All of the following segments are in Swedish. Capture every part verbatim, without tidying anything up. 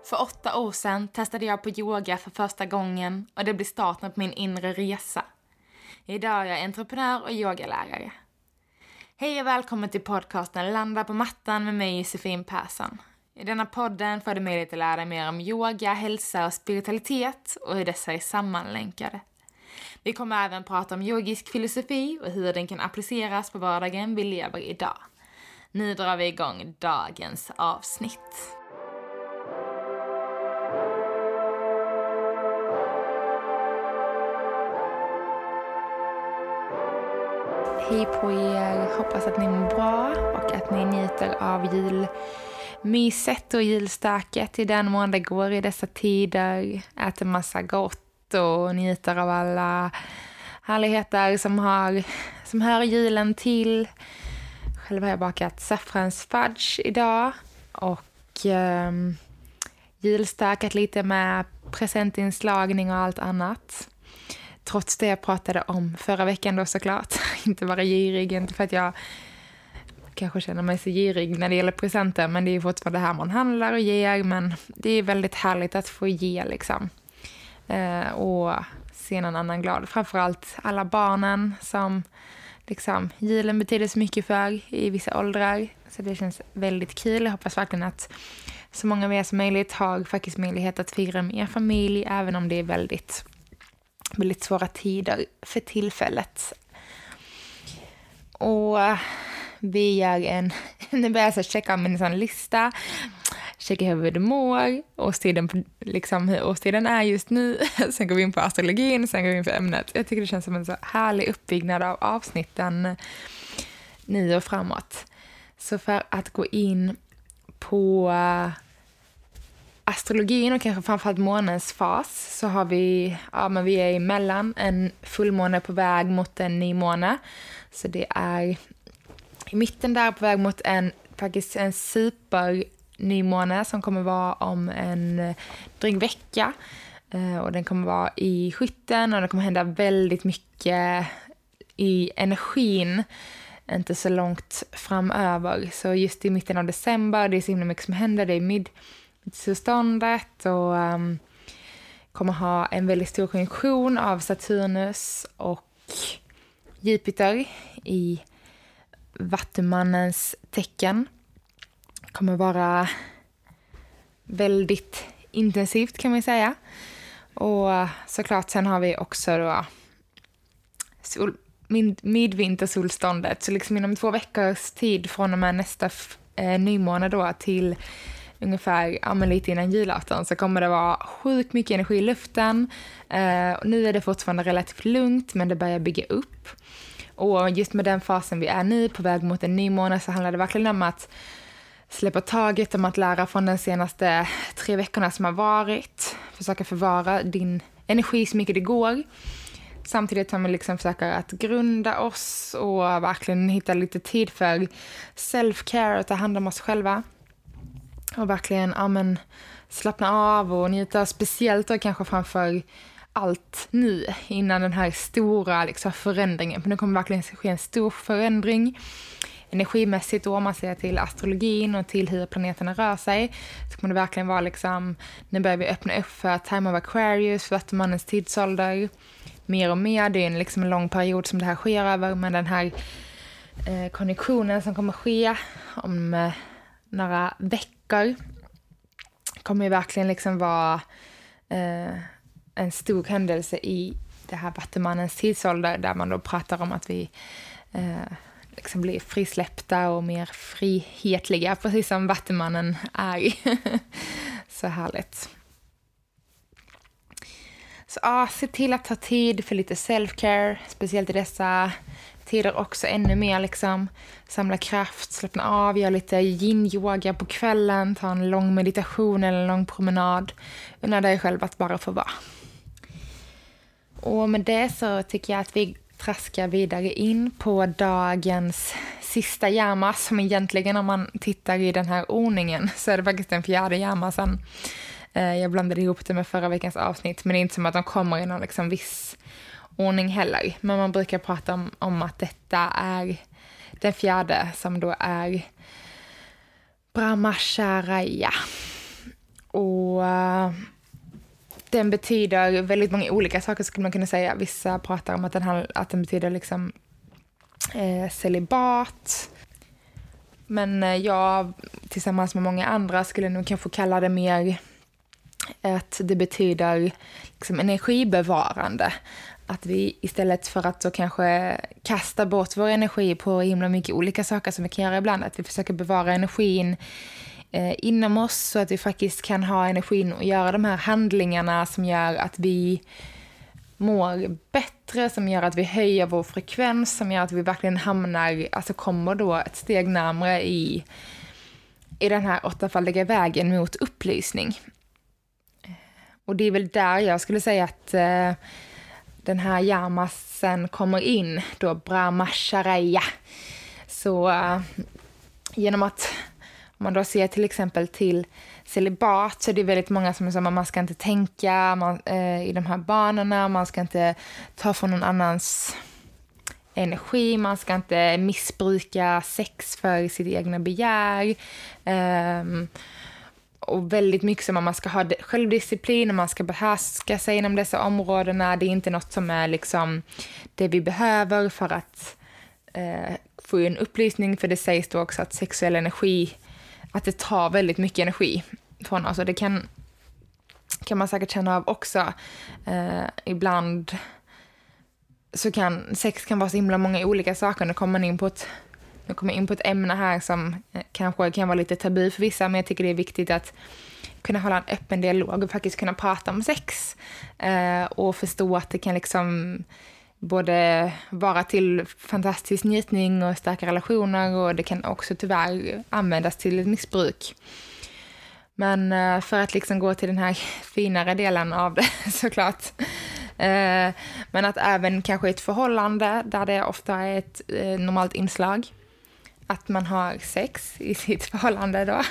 För åtta år sedan testade jag på yoga för första gången och det blev starten på min inre resa. Idag är jag entreprenör och yogalärare. Hej och välkommen till podcasten Landa på mattan med mig Josefin Persson. I denna podden får du möjlighet att lära dig mer om yoga, hälsa och spiritualitet och hur dessa är sammanlänkade. Vi kommer även prata om yogisk filosofi och hur den kan appliceras på vardagen vi lever idag. Nu drar vi igång dagens avsnitt. Hej på er, hoppas att ni mår bra och att ni njuter av julmyset och julstöket i den mån det går i dessa tider. Äter massa gott och njuter av alla härligheter som, har, som hör julen till. Själv har jag bakat saffransfudge idag och eh, julstökat lite med presentinslagning och allt annat. Trots det jag pratade om förra veckan då såklart. Inte vara girig, inte för att jag kanske känner mig så girig när det gäller presenter. Men det är fortfarande det här man handlar och ger. Men det är väldigt härligt att få ge liksom. Eh, och se någon annan glad. Framförallt alla barnen som liksom julen betyder så mycket för i vissa åldrar. Så det känns väldigt kul. Jag hoppas verkligen att så många av er som möjligt har faktiskt möjlighet att fira med er familj. Även om det är väldigt... väldigt svåra tider för tillfället. Och vi gör en... Nu börjar jag så checka med en sån lista. Checka hur du mår. Årstiden, liksom hur årstiden är just nu. Sen går vi in på astrologin. Sen går vi in på ämnet. Jag tycker det känns som en så härlig uppbyggnad av avsnitten nu och framåt. Så för att gå in på... astrologin och kanske framförallt månens fas så har vi, ja men vi är emellan en fullmåne på väg mot en nymåne. Så det är i mitten där på väg mot en faktiskt en super nymåne som kommer vara om en dryg vecka. Och den kommer vara i skytten och det kommer hända väldigt mycket i energin. Inte så långt framöver. Så just i mitten av december, det är så himla mycket som händer, det är mid tillståndet och um, kommer ha en väldigt stor konjunktion av Saturnus och Jupiter i Vattumannens tecken. Kommer vara väldigt intensivt kan man säga. Och såklart sen har vi också då sol, midvintersolståndet. Så liksom inom två veckors tid från och med nästa eh, nymåne då till ungefär ja, men lite innan julafton så kommer det vara sjukt mycket energi i luften. Eh, och nu är det fortfarande relativt lugnt men det börjar bygga upp. Och just med den fasen vi är nu på väg mot en ny månad så handlar det verkligen om att släppa taget om att lära från de senaste tre veckorna som har varit. Försöka förvara din energi så mycket det går. Samtidigt som vi liksom försöker att grunda oss och verkligen hitta lite tid för self-care och ta hand om oss själva. Och verkligen ja, men, slappna av och njuta speciellt och kanske framför allt nu innan den här stora liksom, förändringen. För nu kommer verkligen ske en stor förändring energimässigt då, om man ser till astrologin och till hur planeterna rör sig. Så kommer det verkligen vara liksom, nu börjar vi öppna upp för Time of Aquarius, Vattumannens tidsålder. Mer och mer, det är en, liksom en lång period som det här sker över. Men den här eh, konjunktionen som kommer ske om eh, några veckor kommer ju verkligen liksom vara eh, en stor händelse i det här Vattumannens tidsålder där man då pratar om att vi eh, liksom blir frisläppta och mer frihetliga precis som Vattumannen är. Så härligt. Så ja, se till att ta tid för lite self-care, speciellt i dessa tider också ännu mer liksom samla kraft, slappna av, göra lite yin-yoga på kvällen, ta en lång meditation eller en lång promenad. Unna dig själv att bara få vara. Och med det så tycker jag att vi traskar vidare in på dagens sista yama som egentligen om man tittar i den här ordningen så är det faktiskt den fjärde yamasen. Jag blandade ihop det med förra veckans avsnitt men det är inte som att de kommer i någon liksom viss ordning heller. Men man brukar prata om, om att detta är den fjärde som då är Brahmacharya. Och uh, den betyder väldigt många olika saker, skulle man kunna säga. Vissa pratar om att den, att den betyder liksom eh, celibat. Men eh, jag tillsammans med många andra skulle nog kanske kalla det mer att det betyder liksom energibevarande. Att vi istället för att så kanske kasta bort vår energi på himla mycket olika saker som vi kan göra ibland, att vi försöker bevara energin eh, inom oss så att vi faktiskt kan ha energin och göra de här handlingarna som gör att vi mår bättre, som gör att vi höjer vår frekvens, som gör att vi verkligen hamnar, alltså kommer då ett steg närmare i, i den här åttafaldiga vägen mot upplysning. Och det är väl där jag skulle säga att eh, den här yamasen kommer in, då brahmacharya. Så uh, genom att, om man då ser till exempel till celibat, så är det väldigt många som säger att man ska inte tänka man, uh, i de här banorna, man ska inte ta från någon annans energi, man ska inte missbruka sex för sitt egna begär. Um, Och väldigt mycket som att man ska ha självdisciplin och man ska behärska sig inom dessa områdena. Det är inte något som är liksom det vi behöver för att eh, få en upplysning. För det sägs då också att sexuell energi, att det tar väldigt mycket energi från oss. Och det kan, kan man säkert känna av också. Eh, ibland så kan sex kan vara så himla många olika saker. Nu kommer man in på ett Nu kommer jag in på ett ämne här som kanske kan vara lite tabu för vissa, men jag tycker det är viktigt att kunna hålla en öppen dialog och faktiskt kunna prata om sex eh, och förstå att det kan liksom både vara till fantastisk njutning och starka relationer, och det kan också tyvärr användas till ett missbruk. Men eh, för att liksom gå till den här finare delen av det såklart. Eh, men att även kanske ett förhållande där det ofta är ett eh, normalt inslag att man har sex i sitt förhållande då.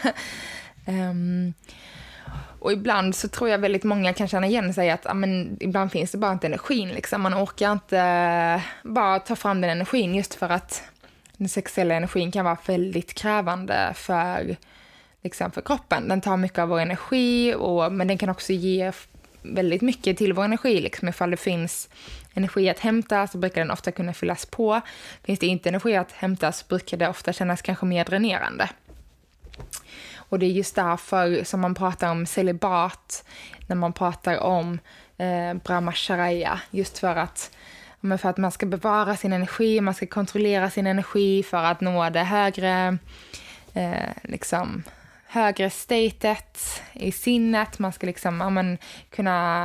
um, och ibland så tror jag väldigt många kan känna igen sig att amen, ibland finns det bara inte energin. Liksom. Man orkar inte bara ta fram den energin just för att den sexuella energin kan vara väldigt krävande för, liksom, för kroppen. Den tar mycket av vår energi, och, men den kan också ge väldigt mycket till vår energi. Liksom. Ifall det finns energi att hämta så brukar den ofta kunna fyllas på. Finns det inte energi att hämta så brukar det ofta kännas kanske mer dränerande. Och det är just därför som man pratar om celibat när man pratar om eh, brahmacharya. Just för att, men för att man ska bevara sin energi, man ska kontrollera sin energi för att nå det högre eh, liksom högre statet i sinnet. Man ska liksom ja, men, kunna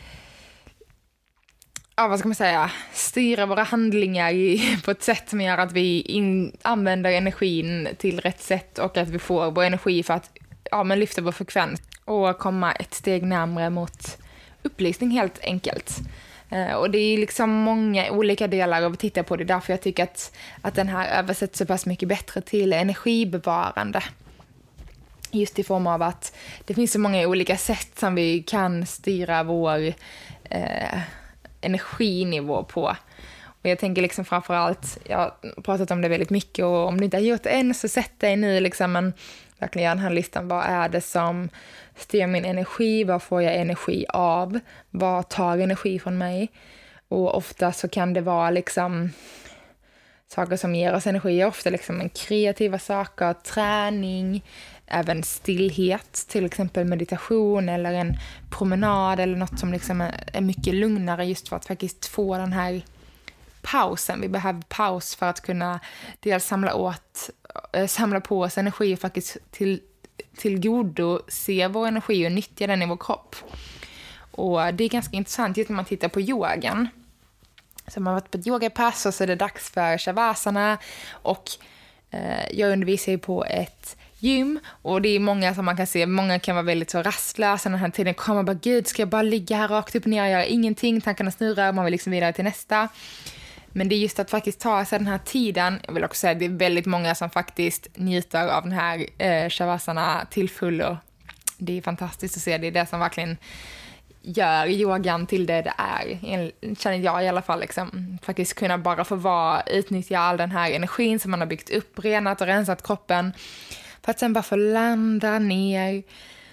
ja, vad ska man säga, styra våra handlingar i, på ett sätt som gör att vi in, använder energin till rätt sätt och att vi får vår energi för att ja, men lyfta vår frekvens och komma ett steg närmare mot upplysning helt enkelt. Eh, och det är liksom många olika delar att titta på det. Därför jag tycker att, att den här översätts så pass mycket bättre till energibevarande. Just i form av att det finns så många olika sätt som vi kan styra vår eh, energinivå på. Och jag tänker liksom framförallt, jag har pratat om det väldigt mycket, och om du inte har gjort det än så sätt dig nu liksom, men verkligen göra den här listan. Vad är det som styr min energi? Vad får jag energi av? Vad tar energi från mig? Och ofta så kan det vara liksom saker som ger oss energi. Ofta liksom en kreativa saker, träning, även stillhet, till exempel meditation eller en promenad eller något som liksom är mycket lugnare, just för att faktiskt få den här pausen. Vi behöver paus för att kunna dels samla åt, samla på oss energi och faktiskt till, till godo se vår energi och nyttja den i vår kropp. Och det är ganska intressant just när man tittar på yogan. Så man har varit på ett yogapass och så är det dags för shavasana, och eh, jag undervisar ju på ett gym, och det är många som man kan se, många kan vara väldigt så rastlösa den här tiden, kommer bara, gud ska jag bara ligga här rakt upp och ner och göra ingenting, tankarna snurrar, man vill liksom vidare till nästa. Men det är just att faktiskt ta sig den här tiden. Jag vill också säga att det är väldigt många som faktiskt njuter av den här eh, shavasana till fullo. Det är fantastiskt att se, det är det som verkligen gör yogan till det det är, känner jag i alla fall liksom. Faktiskt kunna bara få vara, utnyttja all den här energin som man har byggt upp, renat och rensat kroppen, för att sen bara få landa ner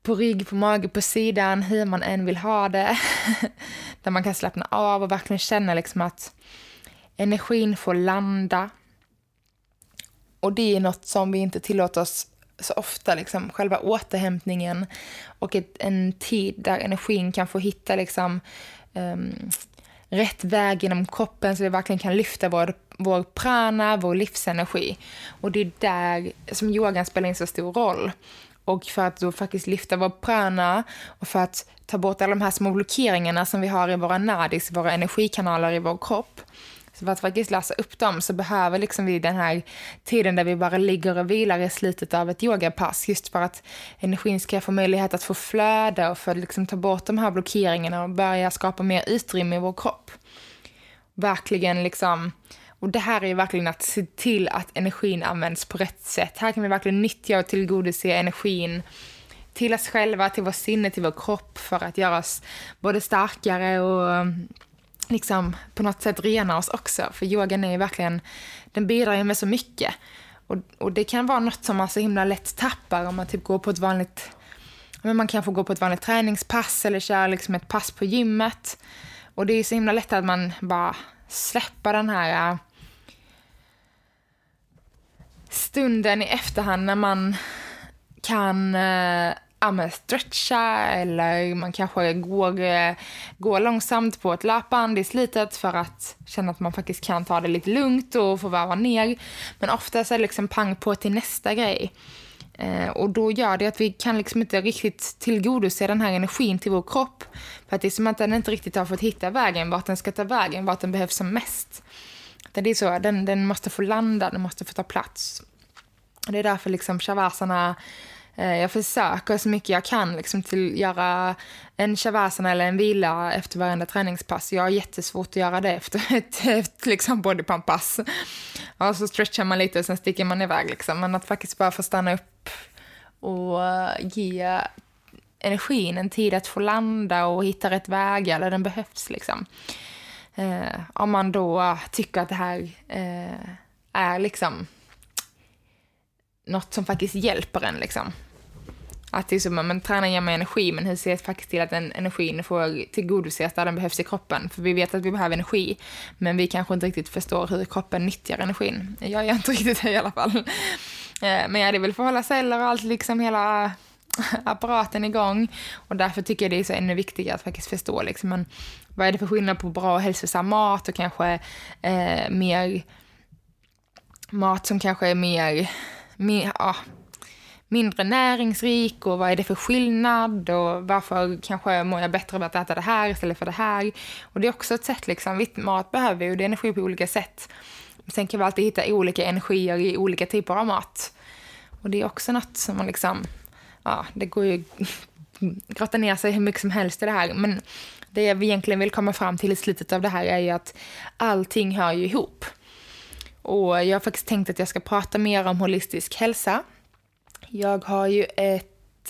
på rygg, på mage, på sidan, hur man än vill ha det. Där man kan slappna av och verkligen känna liksom att energin får landa. Och det är något som vi inte tillåter oss så ofta, liksom själva återhämtningen och ett, en tid där energin kan få hitta liksom um, rätt väg genom kroppen så vi verkligen kan lyfta vår, vår prana, vår livsenergi. Och det är där som yogan spelar in så stor roll. Och för att då faktiskt lyfta vår prana och för att ta bort alla de här små blockeringarna som vi har i våra nadis, våra energikanaler i vår kropp. Så för att faktiskt läsa upp dem så behöver liksom vi den här tiden där vi bara ligger och vilar i slutet av ett yogapass. Just för att energin ska få möjlighet att få flöda och för att liksom ta bort de här blockeringarna och börja skapa mer utrymme i vår kropp. Verkligen liksom... Och det här är ju verkligen att se till att energin används på rätt sätt. Här kan vi verkligen nyttja och tillgodose energin till oss själva, till vår sinne, till vår kropp för att göra oss både starkare och liksom på något sätt rena oss också. För yogan är ju verkligen, den bidrar ju med så mycket. Och, och det kan vara något som man så himla lätt tappar om man typ går på ett vanligt, men man kan få gå på ett vanligt träningspass eller köra liksom ett pass på gymmet. Och det är så himla lätt att man bara släpper den här stunden i efterhand när man kan äh, ja, stretcha eller man kanske går, äh, går långsamt på ett löpband i slutet för att känna att man faktiskt kan ta det lite lugnt och få varva ner. Men ofta så är det liksom pang på till nästa grej. Eh, och då gör det att vi kan liksom inte riktigt tillgodose den här energin till vår kropp. För att det är som att den inte riktigt har fått hitta vägen, vart den ska ta vägen, vart den behövs som mest. Det är så, den, den måste få landa, den måste få ta plats. Och det är därför liksom shavasana, eh, jag försöker så mycket jag kan liksom till göra en shavasana eller en vila efter varenda träningspass. Jag har jättesvårt att göra det efter ett, ett liksom bodypump-pass. Och så stretchar man lite och sen sticker man iväg liksom. Men att faktiskt bara få stanna upp och ge energin en tid att få landa och hitta rätt vägar där den behövs liksom. Eh, om man då tycker att det här eh, är liksom något som faktiskt hjälper en liksom. Att det är som att man tränar ger mig energi, men hur ser jag faktiskt till att den energin får tillgodoses där den behövs i kroppen? För vi vet att vi behöver energi, men vi kanske inte riktigt förstår hur kroppen nyttjar energin. Jag gör inte riktigt det i alla fall. Eh, men ja, det vill få hålla celler och allt liksom hela apparaten igång. Och därför tycker jag det är så ännu viktigare att faktiskt förstå liksom, men vad är det för skillnad på bra och hälsosam mat och kanske eh, mer mat som kanske är mer, mer ja, mindre näringsrik, och vad är det för skillnad och varför kanske mår jag bättre av att äta det här istället för det här. Och det är också ett sätt liksom, vitt mat behöver ju det energi på olika sätt. Sen kan vi alltid hitta olika energier i olika typer av mat. Och det är också något som man liksom, ja, det går ju grotta ner sig hur mycket som helst i det här. Men det jag egentligen vill komma fram till i slutet av det här är ju att allting hör ju ihop. Och jag har faktiskt tänkt att jag ska prata mer om holistisk hälsa. Jag har ju ett,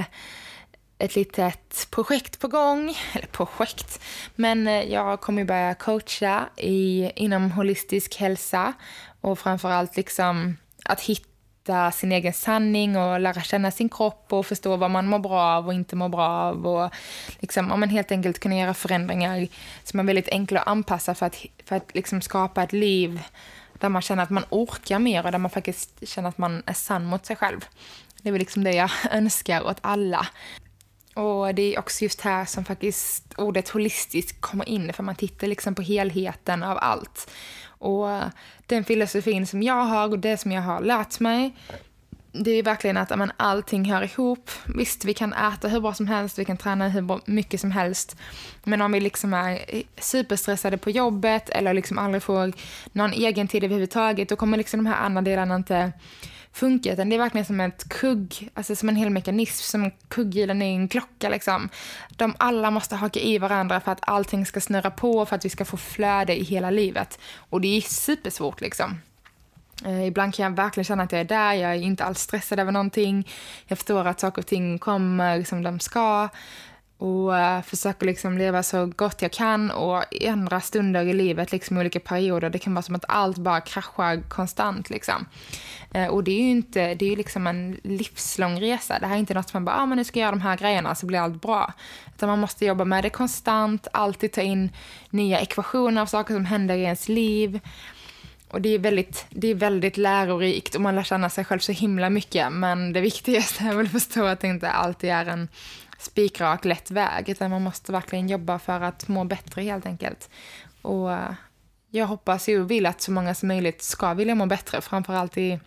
ett litet projekt på gång, eller projekt, men jag kommer börja coacha i, inom holistisk hälsa och framförallt liksom att hitta sin egen sanning och lära känna sin kropp och förstå vad man mår bra av och inte mår bra av, och liksom, om man helt enkelt kunna göra förändringar som är väldigt enkla att anpassa för att, för att liksom skapa ett liv där man känner att man orkar mer och där man faktiskt känner att man är sann mot sig själv. Det är väl liksom det jag önskar åt alla. Och det är också just här som faktiskt ordet holistiskt kommer in, för man tittar liksom på helheten av allt. Och den filosofin som jag har och det som jag har lärt mig, det är verkligen att man, allting hör ihop. Visst, vi kan äta hur bra som helst, vi kan träna hur mycket som helst. Men om vi liksom är superstressade på jobbet eller liksom aldrig får någon egen tid överhuvudtaget, då kommer liksom de här andra delarna inte funka. Det är verkligen som ett kugg, alltså som en hel mekanism, som kugghjulen i en klocka liksom. De alla måste haka i varandra för att allting ska snurra på, för att vi ska få flöde i hela livet. Och det är supersvårt liksom. Eh, ibland kan jag verkligen känna att jag är där. Jag är inte alls stressad över någonting. Jag förstår att saker och ting kommer som de ska. Och uh, försöker liksom leva så gott jag kan. Och i andra stunder i livet, liksom i olika perioder, det kan vara som att allt bara kraschar konstant. Liksom. Uh, och det är ju inte, det är ju liksom en livslång resa. Det här är inte något som man bara, ah, men nu ska jag göra de här grejerna så blir allt bra. Utan man måste jobba med det konstant, alltid ta in nya ekvationer av saker som händer i ens liv. Och det är väldigt, det är väldigt lärorikt och man lär känna sig själv så himla mycket. Men det viktigaste är väl att förstå att det inte alltid är en spikrak lätt väg. Utan man måste verkligen jobba för att må bättre helt enkelt. Och jag hoppas ju och vill att så många som möjligt ska vilja må bättre. Framförallt i,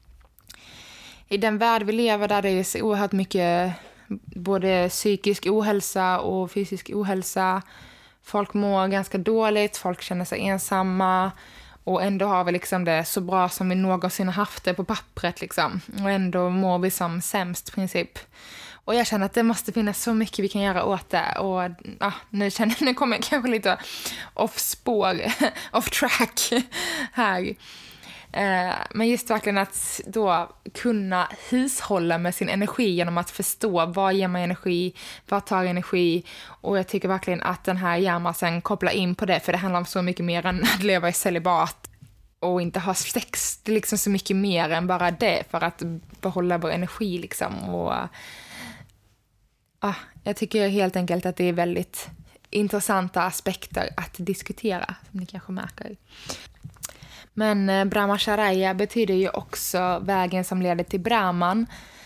i den värld vi lever där det är så oerhört mycket både psykisk ohälsa och fysisk ohälsa. Folk mår ganska dåligt, folk känner sig ensamma. Och ändå har vi liksom det så bra som vi någonsin har haft det på pappret. Liksom. Och ändå mår vi som sämst princip. Och jag känner att det måste finnas så mycket vi kan göra åt det. Och ja, nu, känner, nu kommer jag kanske lite off spår, off track här. Eh, men just verkligen att då kunna hushålla med sin energi genom att förstå vad ger mig energi, vad tar energi. Och jag tycker verkligen att den här hjärnan kopplar in på det, för det handlar om så mycket mer än att leva i celibat och inte ha sex. Det är liksom så mycket mer än bara det för att behålla vår energi liksom. Och ja, jag tycker helt enkelt att det är väldigt intressanta aspekter att diskutera, som ni kanske märker. Men Brahmacharya betyder ju också vägen som leder till Brahman.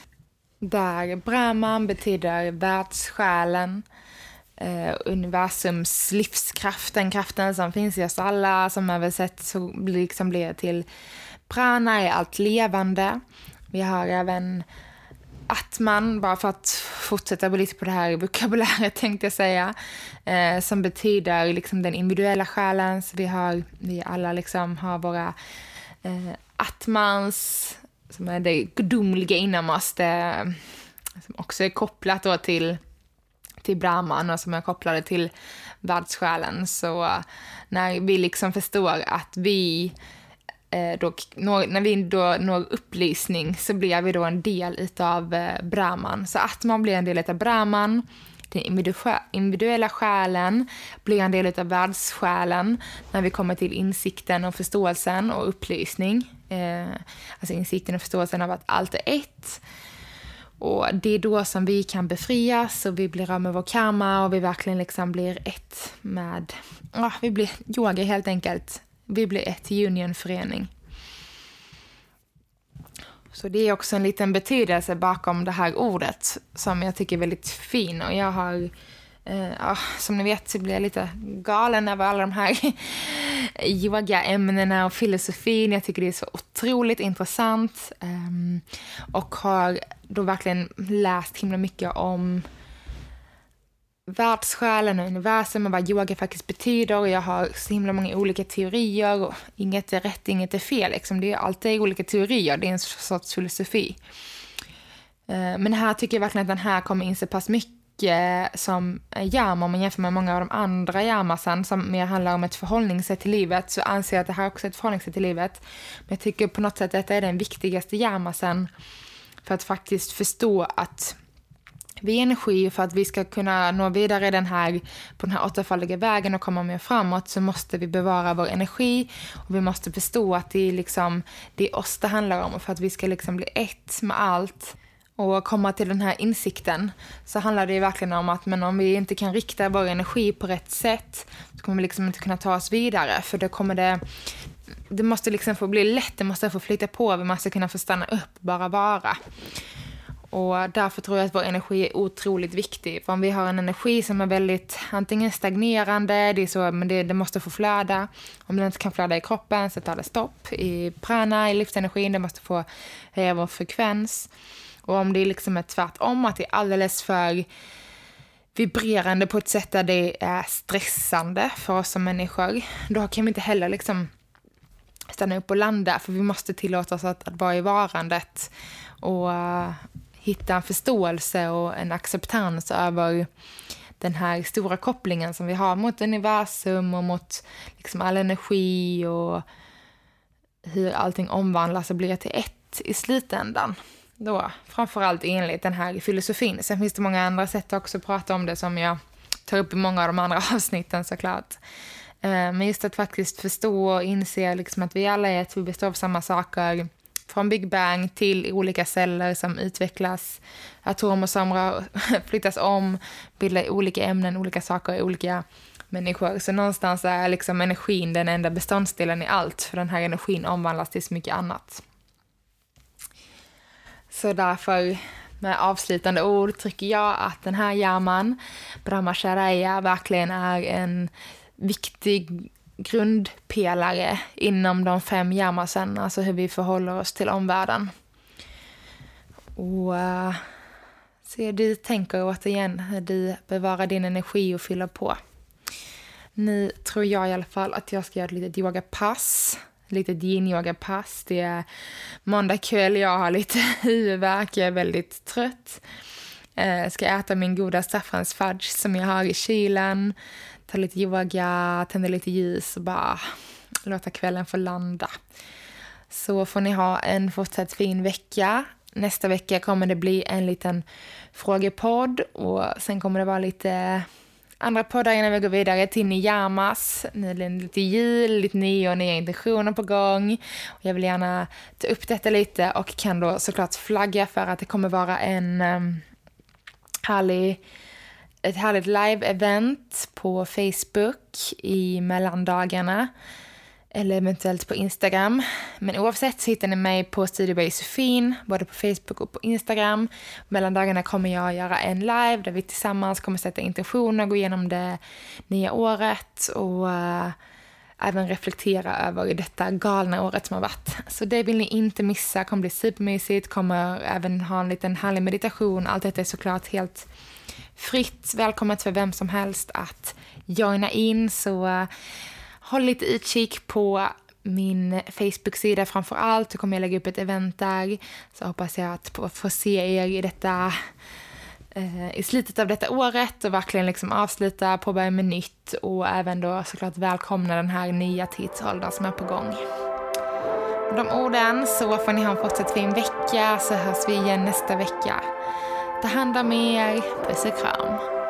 Där Brahman betyder världssjälen, eh, universums livskraft, den kraften som finns i oss alla, som översätt så liksom blir till prana är allt levande. Vi har även Atman, bara för att fortsätta lite på det här vokabuläret tänkte jag säga, eh, som betyder liksom den individuella själen. Så vi har, vi alla liksom har våra eh, Atmans, som är det gudomliga inom oss, det, som också är kopplat då till, till Brahman och som är kopplade till världssjälen. Så när vi liksom förstår att vi Då, när vi då når upplysning så blir vi då en del utav eh, Brahman. Så att man blir en del utav Brahman, den individuella själen blir en del utav världssjälen när vi kommer till insikten och förståelsen och upplysning. Eh, alltså insikten och förståelsen av att allt är ett. Och det är då som vi kan befrias och vi blir av med vår karma och vi verkligen liksom blir ett med, ja, vi blir yoga helt enkelt. Vi blir ett i unionförening. Så det är också en liten betydelse bakom det här ordet som jag tycker är väldigt fin. Och jag har, eh, ja, som ni vet så blir jag lite galen över alla de här yoga-ämnena och filosofin. Jag tycker det är så otroligt intressant. Um, och har då verkligen läst himla mycket om världssjälen och universum och vad yoga faktiskt betyder. Och jag har så himla många olika teorier och inget är rätt, inget är fel. Liksom. Det är alltid olika teorier, det är en sorts filosofi. Men här tycker jag verkligen att den här kommer in så pass mycket som yama. Om man jämför med många av de andra yamasen som mer handlar om ett förhållningssätt till livet, så anser jag att det här också är ett förhållningssätt till livet. Men jag tycker på något sätt att detta är den viktigaste yamasen för att faktiskt förstå att vi är energi. För att vi ska kunna nå vidare den här, på den här åttafaldiga vägen och komma mer framåt, så måste vi bevara vår energi. Och vi måste förstå att det är, liksom, det är oss det handlar om. Och för att vi ska liksom bli ett med allt och komma till den här insikten, så handlar det verkligen om att men om vi inte kan rikta vår energi på rätt sätt, så kommer vi liksom inte kunna ta oss vidare. För då kommer det, det måste liksom få bli lätt, det måste få flytta på, vi måste kunna få stanna upp, bara vara. Och därför tror jag att vår energi är otroligt viktig. För om vi har en energi som är väldigt antingen stagnerande, det är så, men det, det måste få flöda. Om det inte kan flöda i kroppen så tar det stopp. I prana, i livsenergin, det måste få höja vår frekvens. Och om det liksom är tvärtom, att det är alldeles för vibrerande på ett sätt där det är stressande för oss som människor, då kan vi inte heller liksom stanna upp och landa. För vi måste tillåta oss att, att vara i varandet och uh, hitta en förståelse och en acceptans över den här stora kopplingen som vi har mot universum och mot liksom all energi och hur allting omvandlas och blir till ett i slutändan. då framförallt enligt den här filosofin. Sen finns det många andra sätt också att prata om det som jag tar upp i många av de andra avsnitten såklart. Men just att faktiskt förstå och inse liksom att vi alla är att vi består av samma saker. Från Big Bang till olika celler som utvecklas. Atomer som flyttas om, bildar olika ämnen, olika saker i olika människor. Så någonstans är liksom energin den enda beståndsdelen i allt. För den här energin omvandlas till så mycket annat. Så därför med avslutande ord tycker jag att den här yaman, Brahmacharya, verkligen är en viktig grundpelare inom de fem yamasen, alltså hur vi förhåller oss till omvärlden. Och uh, så du tänker återigen hur du bevarar din energi och fyller på. Nu tror jag i alla fall att jag ska göra ett litet yogapass. Lite yin-yoga-pass. Det är måndag kväll, jag har lite huvudvärk, jag är väldigt trött. Jag ska äta min goda saffransfudge som jag har i kylen. Ta lite yoga, tända lite ljus och bara låta kvällen få landa. Så får ni ha en fortsatt fin vecka. Nästa vecka kommer det bli en liten frågepodd och sen kommer det vara lite andra poddar innan vi går vidare till Niyamas. Nu är det lite jul, lite nya och nya intentioner på gång. Jag vill gärna ta upp detta lite och kan då såklart flagga för att det kommer vara en um, härlig, ett härligt live-event på Facebook i mellandagarna. Eller eventuellt på Instagram. Men oavsett så hittar ni mig på Studio by Josefin, både på Facebook och på Instagram. Mellan dagarna kommer jag göra en live där vi tillsammans kommer sätta intentioner, gå igenom det nya året och uh, även reflektera över detta galna året som har varit. Så det vill ni inte missa, kommer bli supermysigt, kommer även ha en liten härlig meditation. Allt detta är såklart helt fritt, välkommet för vem som helst att joina in, så uh, håll lite utkik på min Facebook-sida framför allt. Så kommer jag lägga upp ett event där. Så hoppas jag att få se er i detta eh, i slutet av detta året. Och verkligen liksom avsluta, påbörja med nytt. Och även då såklart välkomna den här nya tidsåldern som är på gång. Med de orden så får ni ha en fortsatt fin vecka. Så hörs vi igen nästa vecka. Ta hand om er. Puss och kram.